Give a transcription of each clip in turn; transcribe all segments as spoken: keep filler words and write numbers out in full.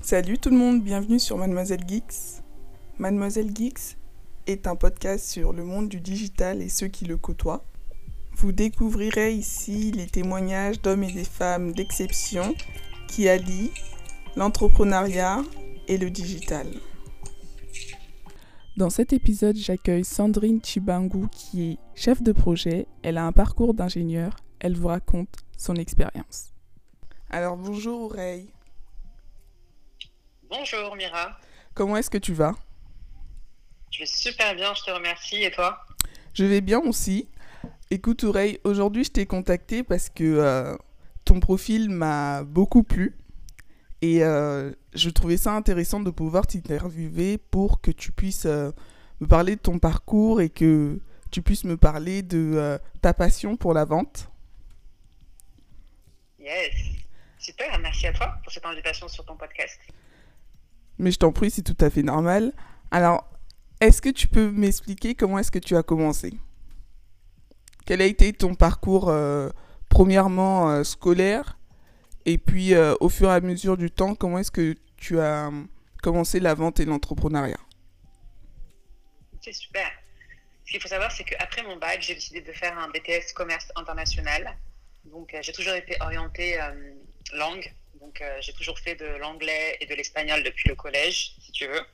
Salut tout le monde, bienvenue sur Mademoiselle Geeks. Mademoiselle Geeks est un podcast sur le monde du digital et ceux qui le côtoient. Vous découvrirez ici les témoignages d'hommes et des femmes d'exception qui allient l'entrepreneuriat et le digital. Dans cet épisode, j'accueille Sandrine Chibangu qui est chef de projet. Elle a un parcours d'ingénieur. Elle vous raconte son expérience. Alors bonjour Aureille. Bonjour Mira. Comment est-ce que tu vas ? Je vais super bien, je te remercie. Et toi ? Je vais bien aussi. Écoute Aureille, aujourd'hui je t'ai contactée parce que euh, ton profil m'a beaucoup plu et euh, je trouvais ça intéressant de pouvoir t'interviewer pour que tu puisses euh, me parler de ton parcours et que tu puisses me parler de euh, ta passion pour la vente. Yes, super, merci à toi pour cette invitation sur ton podcast. Mais je t'en prie, c'est tout à fait normal. Alors, est-ce que tu peux m'expliquer comment est-ce que tu as commencé ? Quel a été ton parcours, euh, premièrement, euh, scolaire ? Et puis, euh, au fur et à mesure du temps, comment est-ce que tu as euh, commencé la vente et l'entrepreneuriat ? C'est super. Ce qu'il faut savoir, c'est qu'après mon bac, j'ai décidé de faire un B T S commerce international. Donc, euh, j'ai toujours été orientée euh, langue. Donc, euh, j'ai toujours fait de l'anglais et de l'espagnol depuis le collège, si tu veux.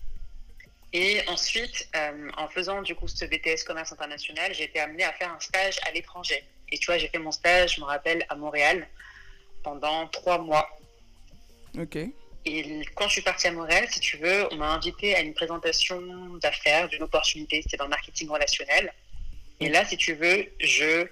Et ensuite, euh, en faisant du coup ce B T S commerce international, j'ai été amenée à faire un stage à l'étranger. Et tu vois, j'ai fait mon stage, je me rappelle, à Montréal pendant trois mois. Ok. Et quand je suis partie à Montréal, si tu veux, on m'a invitée à une présentation d'affaires, d'une opportunité. C'était dans le marketing relationnel. Et là, si tu veux, je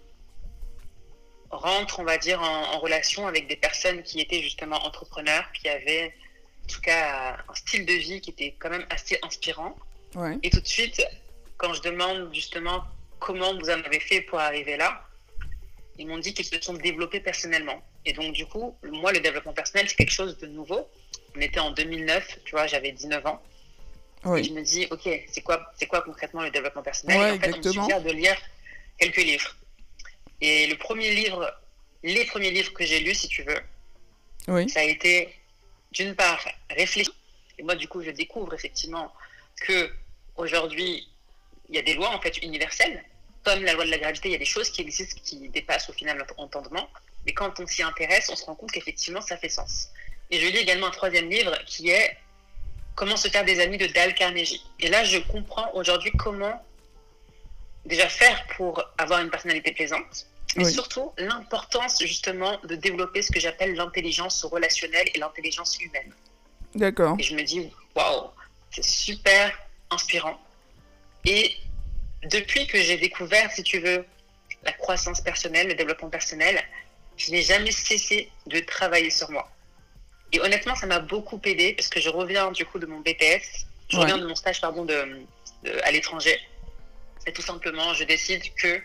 rentre, on va dire, en, en relation avec des personnes qui étaient justement entrepreneurs, qui avaient en tout cas un style de vie qui était quand même assez inspirant. Ouais. Et tout de suite, quand je demande justement comment vous en avez fait pour arriver là, ils m'ont dit qu'ils se sont développés personnellement. Et donc du coup, moi, le développement personnel, c'est quelque chose de nouveau. On était en deux mille neuf, tu vois, j'avais dix-neuf ans. Oui. Et je me dis, ok, c'est quoi, c'est quoi concrètement le développement personnel ? Ouais, Et en fait, exactement. on me suggère de lire quelques livres. Et le premier livre, les premiers livres que j'ai lus, si tu veux, Oui. ça a été, d'une part, réfléchir. Et moi, du coup, je découvre effectivement que aujourd'hui, il y a des lois en fait universelles. Comme la loi de la gravité, il y a des choses qui existent qui dépassent au final notre entendement. Mais quand on s'y intéresse, on se rend compte qu'effectivement, ça fait sens. Et je lis également un troisième livre qui est Comment se faire des amis de Dale Carnegie. Et là, je comprends aujourd'hui comment déjà faire pour avoir une personnalité plaisante, mais Oui. surtout l'importance justement de développer ce que j'appelle l'intelligence relationnelle et l'intelligence humaine. D'accord. Et je me dis, waouh, c'est super inspirant. Et depuis que j'ai découvert, si tu veux, la croissance personnelle, le développement personnel, je n'ai jamais cessé de travailler sur moi. Et honnêtement, ça m'a beaucoup aidé parce que je reviens du coup de mon B T S, je Ouais. reviens de mon stage pardon, de, de, à l'étranger. Et tout simplement, je décide que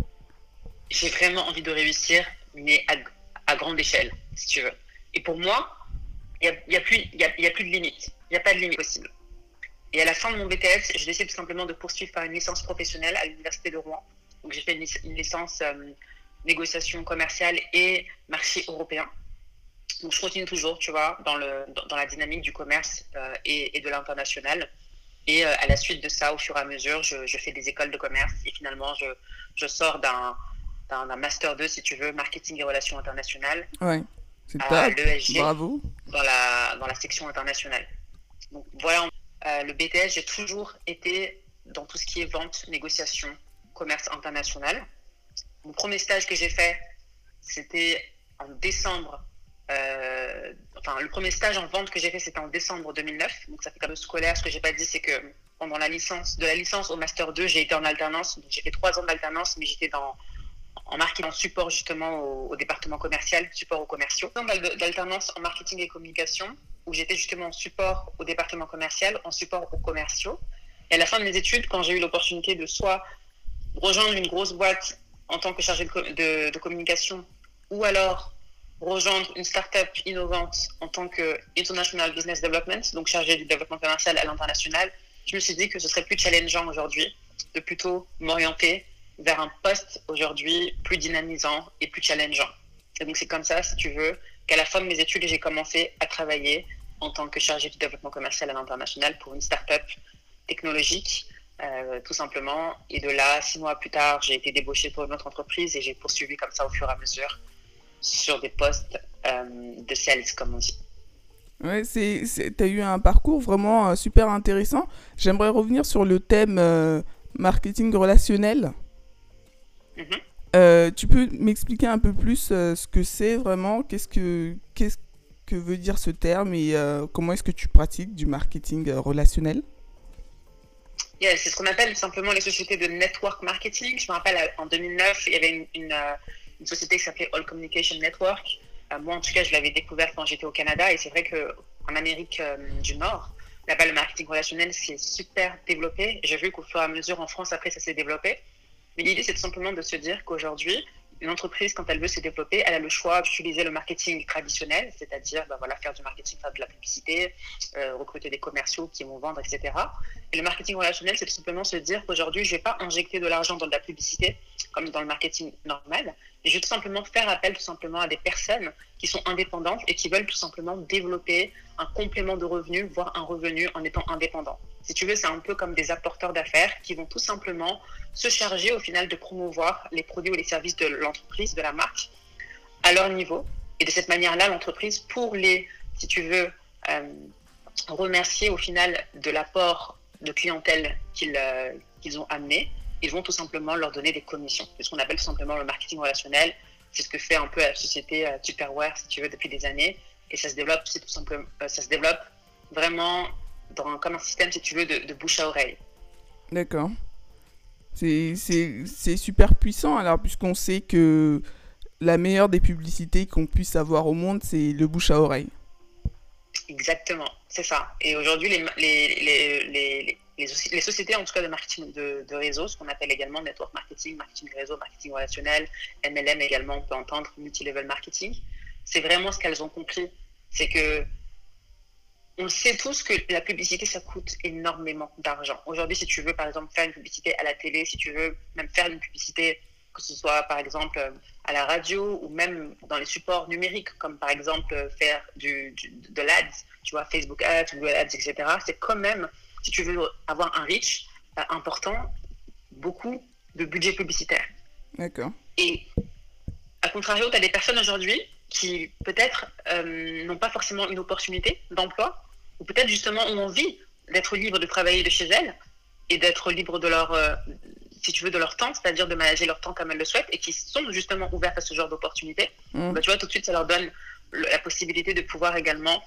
j'ai vraiment envie de réussir, mais à, à grande échelle, si tu veux. Et pour moi, il n'y a, y a, plus, y a, y a plus de limite. Il n'y a pas de limite possible. Et à la fin de mon B T S, je décide tout simplement de poursuivre par une licence professionnelle à l'Université de Rouen. Donc, j'ai fait une, une licence euh, négociation commerciale et marché européen. Donc, je continue toujours, tu vois, dans, le, dans, dans la dynamique du commerce euh, et, et de l'international. Et euh, à la suite de ça, au fur et à mesure, je, je fais des écoles de commerce et finalement, je, je sors d'un, d'un, d'un Master deux, si tu veux, Marketing et Relations Internationales Ouais. C'est à top. l'E S G Bravo. dans la, dans la section internationale. Donc voilà, euh, le B T S, j'ai toujours été dans tout ce qui est vente, négociation, commerce international. Mon premier stage que j'ai fait, c'était en décembre. Euh, enfin, le premier stage en vente que j'ai fait, c'était en décembre deux mille neuf. Donc ça fait cadeau scolaire. Ce que j'ai pas dit, c'est que pendant la licence, de la licence au master deux, j'ai été en alternance. Donc, j'ai fait trois ans d'alternance, mais j'étais dans en marketing, en support justement au, au département commercial, support aux commerciaux. Deux ans d'alternance en marketing et communication, où j'étais justement en support au département commercial, en support aux commerciaux. Et à la fin de mes études, quand j'ai eu l'opportunité de soit rejoindre une grosse boîte en tant que chargé de, de, de communication, ou alors rejoindre une start-up innovante en tant que International Business Development, donc chargé du développement commercial à l'international, je me suis dit que ce serait plus challengeant aujourd'hui de plutôt m'orienter vers un poste aujourd'hui plus dynamisant et plus challengeant. Et donc c'est comme ça, si tu veux, qu'à la fin de mes études, j'ai commencé à travailler en tant que chargé du développement commercial à l'international pour une start-up technologique, euh, tout simplement. Et de là, six mois plus tard, j'ai été débauchée pour une autre entreprise et j'ai poursuivi comme ça au fur et à mesure sur des postes euh, de sales, comme on dit. Ouais, c'est, c'est, t'as eu un parcours vraiment euh, super intéressant. J'aimerais revenir sur le thème euh, marketing relationnel. Mm-hmm. Euh, tu peux m'expliquer un peu plus euh, ce que c'est vraiment, qu'est-ce que, qu'est-ce que veut dire ce terme et euh, comment est-ce que tu pratiques du marketing euh, relationnel? Yeah, c'est ce qu'on appelle simplement les sociétés de network marketing. Je me rappelle, en deux mille neuf, il y avait une, une, euh, une société qui s'appelait All Communication Network. Euh, moi, en tout cas, je l'avais découverte quand j'étais au Canada. Et c'est vrai qu'en Amérique euh, du Nord, là-bas, le marketing relationnel s'est super développé. J'ai vu qu'au fur et à mesure, en France, après, ça s'est développé. Mais l'idée, c'est tout simplement de se dire qu'aujourd'hui, une entreprise, quand elle veut se développer, elle a le choix d'utiliser le marketing traditionnel, c'est-à-dire ben voilà, faire du marketing, faire de la publicité, euh, recruter des commerciaux qui vont vendre, et cetera. Et le marketing relationnel, c'est tout simplement se dire qu'aujourd'hui, je ne vais pas injecter de l'argent dans de la publicité, comme dans le marketing normal, mais je vais tout simplement faire appel tout simplement à des personnes qui sont indépendantes et qui veulent tout simplement développer un complément de revenus, voire un revenu en étant indépendant. Si tu veux, c'est un peu comme des apporteurs d'affaires qui vont tout simplement se charger au final de promouvoir les produits ou les services de l'entreprise, de la marque, à leur niveau. Et de cette manière-là, l'entreprise, pour les, si tu veux, euh, remercier au final de l'apport de clientèle qu'ils, euh, qu'ils ont amené, ils vont tout simplement leur donner des commissions. C'est ce qu'on appelle tout simplement le marketing relationnel. C'est ce que fait un peu la société euh, Tupperware, si tu veux, depuis des années. Et ça se développe, c'est tout simplement, euh, ça se développe vraiment dans, comme un système, si tu veux, de, de bouche à oreille. D'accord. C'est, c'est, c'est super puissant alors, puisqu'on sait que la meilleure des publicités qu'on puisse avoir au monde, c'est le bouche à oreille. Exactement, c'est ça. Et aujourd'hui, les, les, les, les, les, les sociétés, en tout cas de marketing de, de réseau, ce qu'on appelle également network marketing, marketing de réseau, marketing relationnel, M L M également, on peut entendre multi-level marketing, c'est vraiment ce qu'elles ont compris. C'est que on sait tous que la publicité, ça coûte énormément d'argent. Aujourd'hui, si tu veux, par exemple, faire une publicité à la télé, si tu veux même faire une publicité, que ce soit, par exemple, à la radio ou même dans les supports numériques, comme, par exemple, faire du, du, de l'Ads, tu vois, Facebook Ads, Google Ads, et cetera. C'est quand même, si tu veux avoir un reach euh, important, beaucoup de budget publicitaire. D'accord. Et, à contrario, tu as des personnes aujourd'hui qui peut-être euh, n'ont pas forcément une opportunité d'emploi, ou peut-être justement ont envie d'être libres de travailler de chez elles et d'être libres de leur, euh, si tu veux, de leur temps, c'est-à-dire de manager leur temps comme elles le souhaitent, et qui sont justement ouvertes à ce genre d'opportunités. Mmh. Bah, tu vois, tout de suite, ça leur donne le, la possibilité de pouvoir également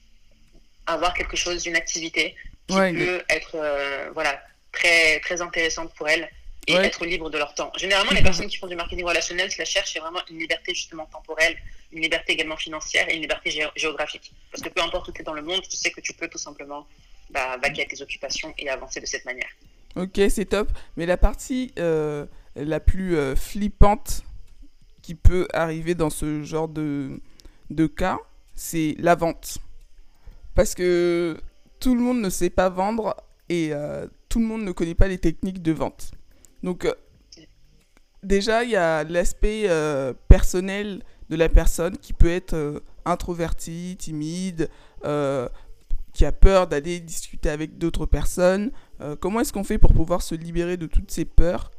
avoir quelque chose, une activité qui ouais, peut le... être euh, voilà, très, très intéressante pour elles et ouais. être libre de leur temps. Généralement, les personnes qui font du marketing relationnel, ce qu'elles cherchent, c'est vraiment une liberté justement temporelle, une liberté également financière et une liberté gé- géographique. Parce que peu importe où tu es dans le monde, tu sais que tu peux tout simplement bah, vaquer à tes occupations et avancer de cette manière. Ok, c'est top. Mais la partie euh, la plus euh, flippante qui peut arriver dans ce genre de, de cas, c'est la vente. Parce que tout le monde ne sait pas vendre et euh, tout le monde ne connaît pas les techniques de vente. Donc, euh, déjà, il y a l'aspect euh, personnel de la personne qui peut être euh, introvertie, timide, euh, qui a peur d'aller discuter avec d'autres personnes. Euh, comment est-ce qu'on fait pour pouvoir se libérer de toutes ces peurs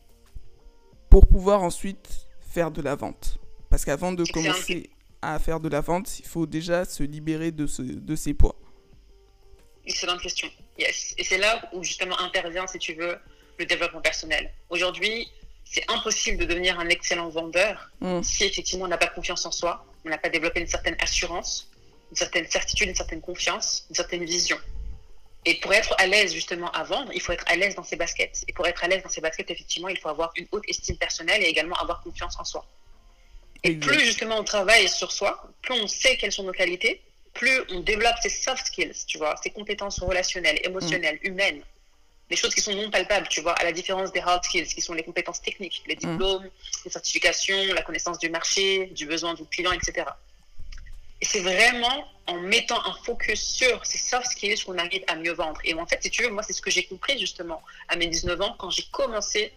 pour pouvoir ensuite faire de la vente? Parce qu'avant de commencer à faire de la vente, il faut déjà se libérer de, ce, de ces poids. Excellente question. Yes. Et c'est là où justement intervient, si tu veux, le développement personnel. Aujourd'hui, c'est impossible de devenir un excellent vendeur mmh. si effectivement on n'a pas confiance en soi, on n'a pas développé une certaine assurance, une certaine certitude, une certaine confiance, une certaine vision. Et pour être à l'aise justement à vendre, il faut être à l'aise dans ses baskets. Et pour être à l'aise dans ses baskets, effectivement, il faut avoir une haute estime personnelle et également avoir confiance en soi. Et exact. Plus justement on travaille sur soi, plus on sait quelles sont nos qualités, plus on développe ses soft skills, tu vois, ses compétences relationnelles, émotionnelles, mmh. humaines. Les choses qui sont non palpables, tu vois, à la différence des hard skills, qui sont les compétences techniques, les diplômes, mmh. les certifications, la connaissance du marché, du besoin du client, et cetera. Et c'est vraiment en mettant un focus sur ces soft skills qu'on arrive à mieux vendre. Et en fait, si tu veux, moi, c'est ce que j'ai compris justement à mes dix-neuf ans, quand j'ai commencé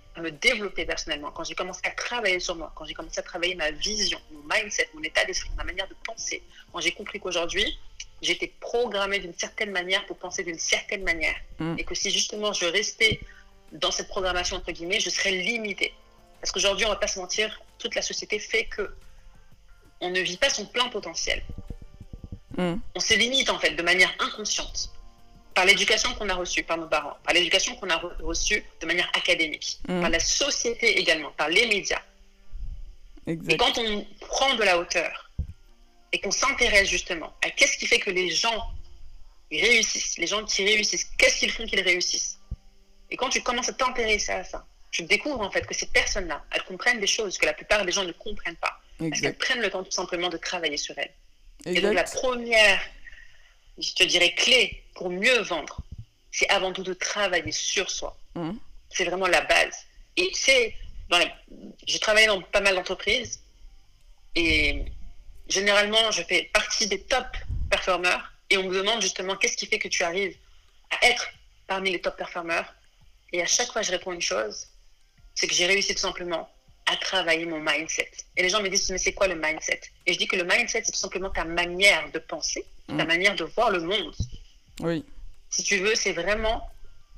à me développer personnellement, quand j'ai commencé à travailler sur moi, quand j'ai commencé à travailler ma vision, mon mindset, mon état d'esprit, ma manière de penser, quand j'ai compris qu'aujourd'hui, j'étais programmée d'une certaine manière pour penser d'une certaine manière. Mmh. Et que si justement je restais dans cette programmation, entre guillemets, je serais limitée. Parce qu'aujourd'hui, on ne va pas se mentir, toute la société fait que on ne vit pas son plein potentiel. Mmh. On se limite en fait de manière inconsciente par l'éducation qu'on a reçue par nos parents, par l'éducation qu'on a re- reçue de manière académique, mmh. par la société également, par les médias. Exact. Et quand on prend de la hauteur et qu'on s'intéresse justement à qu'est-ce qui fait que les gens réussissent, les gens qui réussissent, qu'est-ce qu'ils font qu'ils réussissent. Et quand tu commences à t'intéresser à ça, tu découvres en fait que ces personnes-là, elles comprennent des choses que la plupart des gens ne comprennent pas. Exact. Parce qu'elles prennent le temps tout simplement de travailler sur elles. Exact. Et donc la première, je te dirais, clé pour mieux vendre, c'est avant tout de travailler sur soi. Mmh. C'est vraiment la base. Et c'est, dans les... j'ai travaillé dans pas mal d'entreprises et généralement, je fais partie des top performeurs et on me demande justement qu'est-ce qui fait que tu arrives à être parmi les top performeurs. Et à chaque fois, je réponds une chose, c'est que j'ai réussi tout simplement à travailler mon mindset. Et les gens me disent, mais c'est quoi le mindset? Et je dis que le mindset, c'est tout simplement ta manière de penser, mmh. ta manière de voir le monde. Oui. Si tu veux, c'est vraiment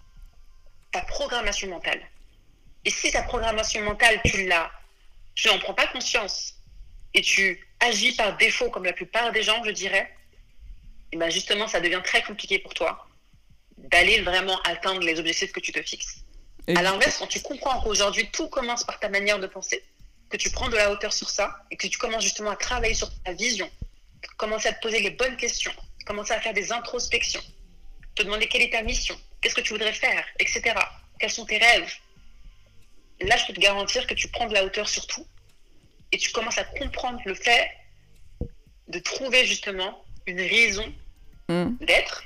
ta programmation mentale. Et si ta programmation mentale, tu l'as, tu n'en prends pas conscience et tu agis par défaut comme la plupart des gens, je dirais, et ben justement, ça devient très compliqué pour toi d'aller vraiment atteindre les objectifs que tu te fixes. Et à l'inverse, quand tu comprends qu'aujourd'hui, tout commence par ta manière de penser, que tu prends de la hauteur sur ça et que tu commences justement à travailler sur ta vision, commencer à te poser les bonnes questions, commencer à faire des introspections, te demander quelle est ta mission, qu'est-ce que tu voudrais faire, et cetera. Quels sont tes rêves? Là, je peux te garantir que tu prends de la hauteur sur tout et tu commences à comprendre le fait de trouver justement une raison mmh. d'être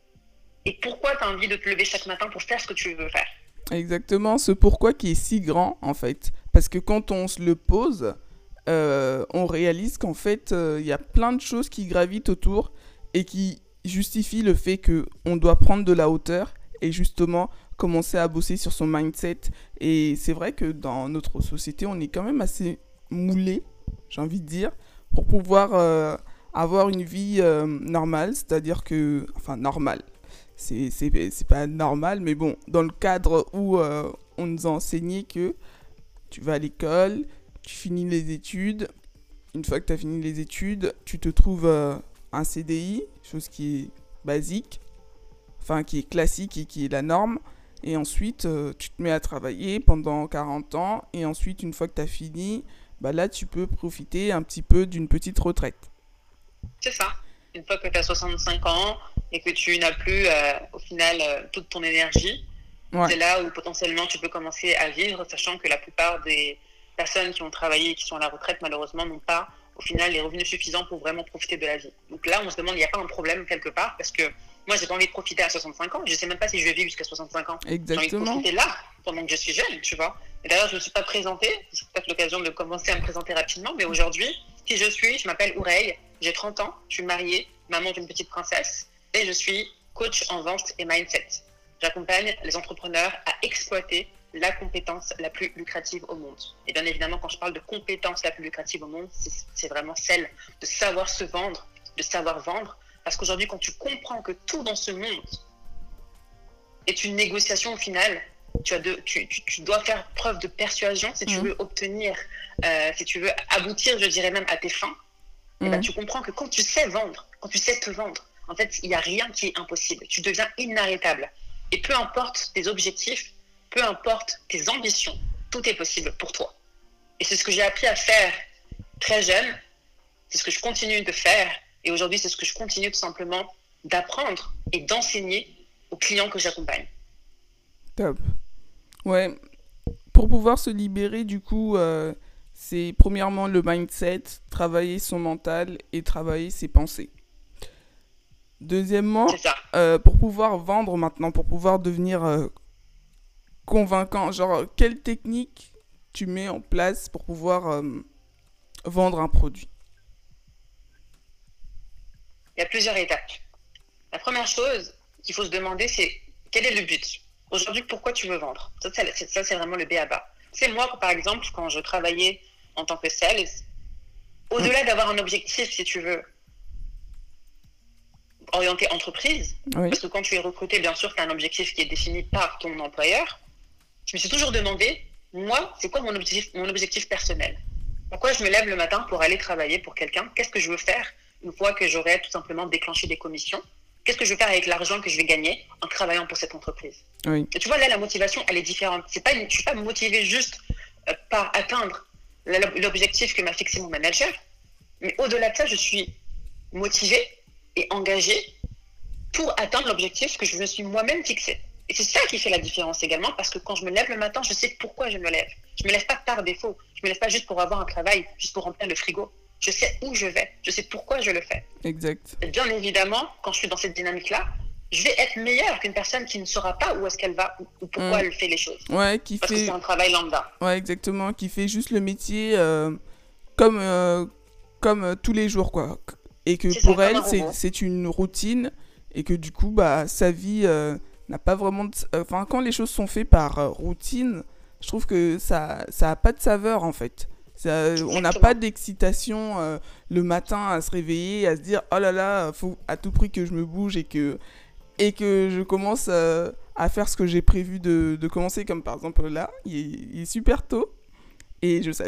et pourquoi tu as envie de te lever chaque matin pour faire ce que tu veux faire. Exactement, ce pourquoi qui est si grand en fait. Parce que quand on se le pose, euh, on réalise qu'en fait, il euh, y a plein de choses qui gravitent autour et qui justifient le fait qu'on doit prendre de la hauteur et justement commencer à bosser sur son mindset. Et c'est vrai que dans notre société, on est quand même assez moulé, j'ai envie de dire, pour pouvoir euh, avoir une vie euh, normale, c'est-à-dire que... Enfin, normale. C'est, c'est, c'est pas normal, mais bon, dans le cadre où euh, on nous a enseigné que tu vas à l'école, tu finis les études, une fois que tu as fini les études, tu te trouves euh, un C D I, chose qui est basique, enfin qui est classique et qui est la norme, et ensuite euh, tu te mets à travailler pendant quarante ans, et ensuite une fois que tu as fini, bah là tu peux profiter un petit peu d'une petite retraite. C'est ça. Une fois que tu as soixante-cinq ans et que tu n'as plus, euh, au final, euh, toute ton énergie, ouais. c'est là où potentiellement tu peux commencer à vivre, sachant que la plupart des personnes qui ont travaillé et qui sont à la retraite, malheureusement, n'ont pas, au final, les revenus suffisants pour vraiment profiter de la vie. Donc là, on se demande, il n'y a pas un problème quelque part, parce que moi, j'ai pas envie de profiter à soixante-cinq ans. Je ne sais même pas si je vais vivre jusqu'à soixante-cinq ans. Exactement. J'ai envie de profiter là, pendant que je suis jeune, tu vois. Et d'ailleurs, je ne me suis pas présentée. C'est peut-être l'occasion de commencer à me présenter rapidement, mais aujourd'hui, qui je suis, je m'appelle Oureille, j'ai trente ans, je suis mariée, maman d'une petite princesse, et je suis coach en vente et mindset. J'accompagne les entrepreneurs à exploiter la compétence la plus lucrative au monde. Et bien évidemment, quand je parle de compétence la plus lucrative au monde, c'est, c'est vraiment celle de savoir se vendre, de savoir vendre. Parce qu'aujourd'hui, quand tu comprends que tout dans ce monde est une négociation au final, tu, as de, tu, tu, tu dois faire preuve de persuasion si tu mmh. veux obtenir, euh, si tu veux aboutir, je dirais même, à tes fins. Mmh. Et ben, tu comprends que quand tu sais vendre, quand tu sais te vendre, en fait, il n'y a rien qui est impossible. Tu deviens inarrêtable. Et peu importe tes objectifs, peu importe tes ambitions, tout est possible pour toi. Et c'est ce que j'ai appris à faire très jeune. C'est ce que je continue de faire. Et aujourd'hui, c'est ce que je continue tout simplement d'apprendre et d'enseigner aux clients que j'accompagne. Top. Ouais. Pour pouvoir se libérer, du coup, euh, c'est premièrement le mindset, travailler son mental et travailler ses pensées. Deuxièmement, euh, pour pouvoir vendre maintenant, pour pouvoir devenir euh, convaincant, genre, quelle technique tu mets en place pour pouvoir euh, vendre un produit? Il y a plusieurs étapes. La première chose qu'il faut se demander, c'est quel est le but? Aujourd'hui, pourquoi tu veux vendre? Ça, c'est, ça, c'est vraiment le B à bas. C'est moi, par exemple, quand je travaillais en tant que sales, au-delà d'avoir un objectif, si tu veux, orienté entreprise, Oui. parce que quand tu es recruté, bien sûr, tu as un objectif qui est défini par ton employeur. Je me suis toujours demandé, moi, c'est quoi mon objectif, mon objectif personnel? Pourquoi je me lève le matin pour aller travailler pour quelqu'un? Qu'est-ce que je veux faire une fois que j'aurai tout simplement déclenché des commissions? Qu'est-ce que je veux faire avec l'argent que je vais gagner en travaillant pour cette entreprise? Oui. Et tu vois, là, la motivation, elle est différente. C'est pas une, je ne suis pas motivée juste euh, par atteindre l'objectif que m'a fixé mon manager, mais au-delà de ça, je suis motivée et engagée pour atteindre l'objectif que je me suis moi-même fixé. Et c'est ça qui fait la différence également, parce que quand je me lève le matin, je sais pourquoi je me lève. Je me lève pas par défaut. Je me lève pas juste pour avoir un travail, juste pour remplir le frigo. Je sais où je vais. Je sais pourquoi je le fais. Exact. Et bien évidemment, quand je suis dans cette dynamique-là, je vais être meilleure qu'une personne qui ne saura pas où est-ce qu'elle va ou pourquoi mmh. elle fait les choses. Ouais, qui parce fait... que c'est un travail lambda. Ouais, exactement. Qui fait juste le métier euh, comme, euh, comme euh, tous les jours, quoi. Et que c'est pour ça, elle, c'est, c'est une routine. Et que du coup, bah, sa vie euh, n'a pas vraiment... De... Enfin, quand les choses sont faites par euh, routine, je trouve que ça ça a pas de saveur, en fait. Ça, on n'a pas d'excitation euh, le matin à se réveiller, à se dire « Oh là là, faut à tout prix que je me bouge et que, et que je commence euh, à faire ce que j'ai prévu de, de commencer. » Comme par exemple là, il est, il est super tôt. Et je savais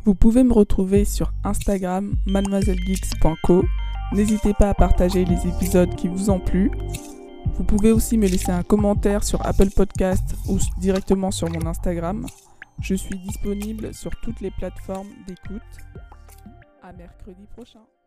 Vous pouvez me retrouver sur Instagram mademoiselle geeks point co. N'hésitez pas à partager les épisodes qui vous ont plu. Vous pouvez aussi me laisser un commentaire sur Apple Podcast ou directement sur mon Instagram. Je suis disponible sur toutes les plateformes d'écoute. À mercredi prochain.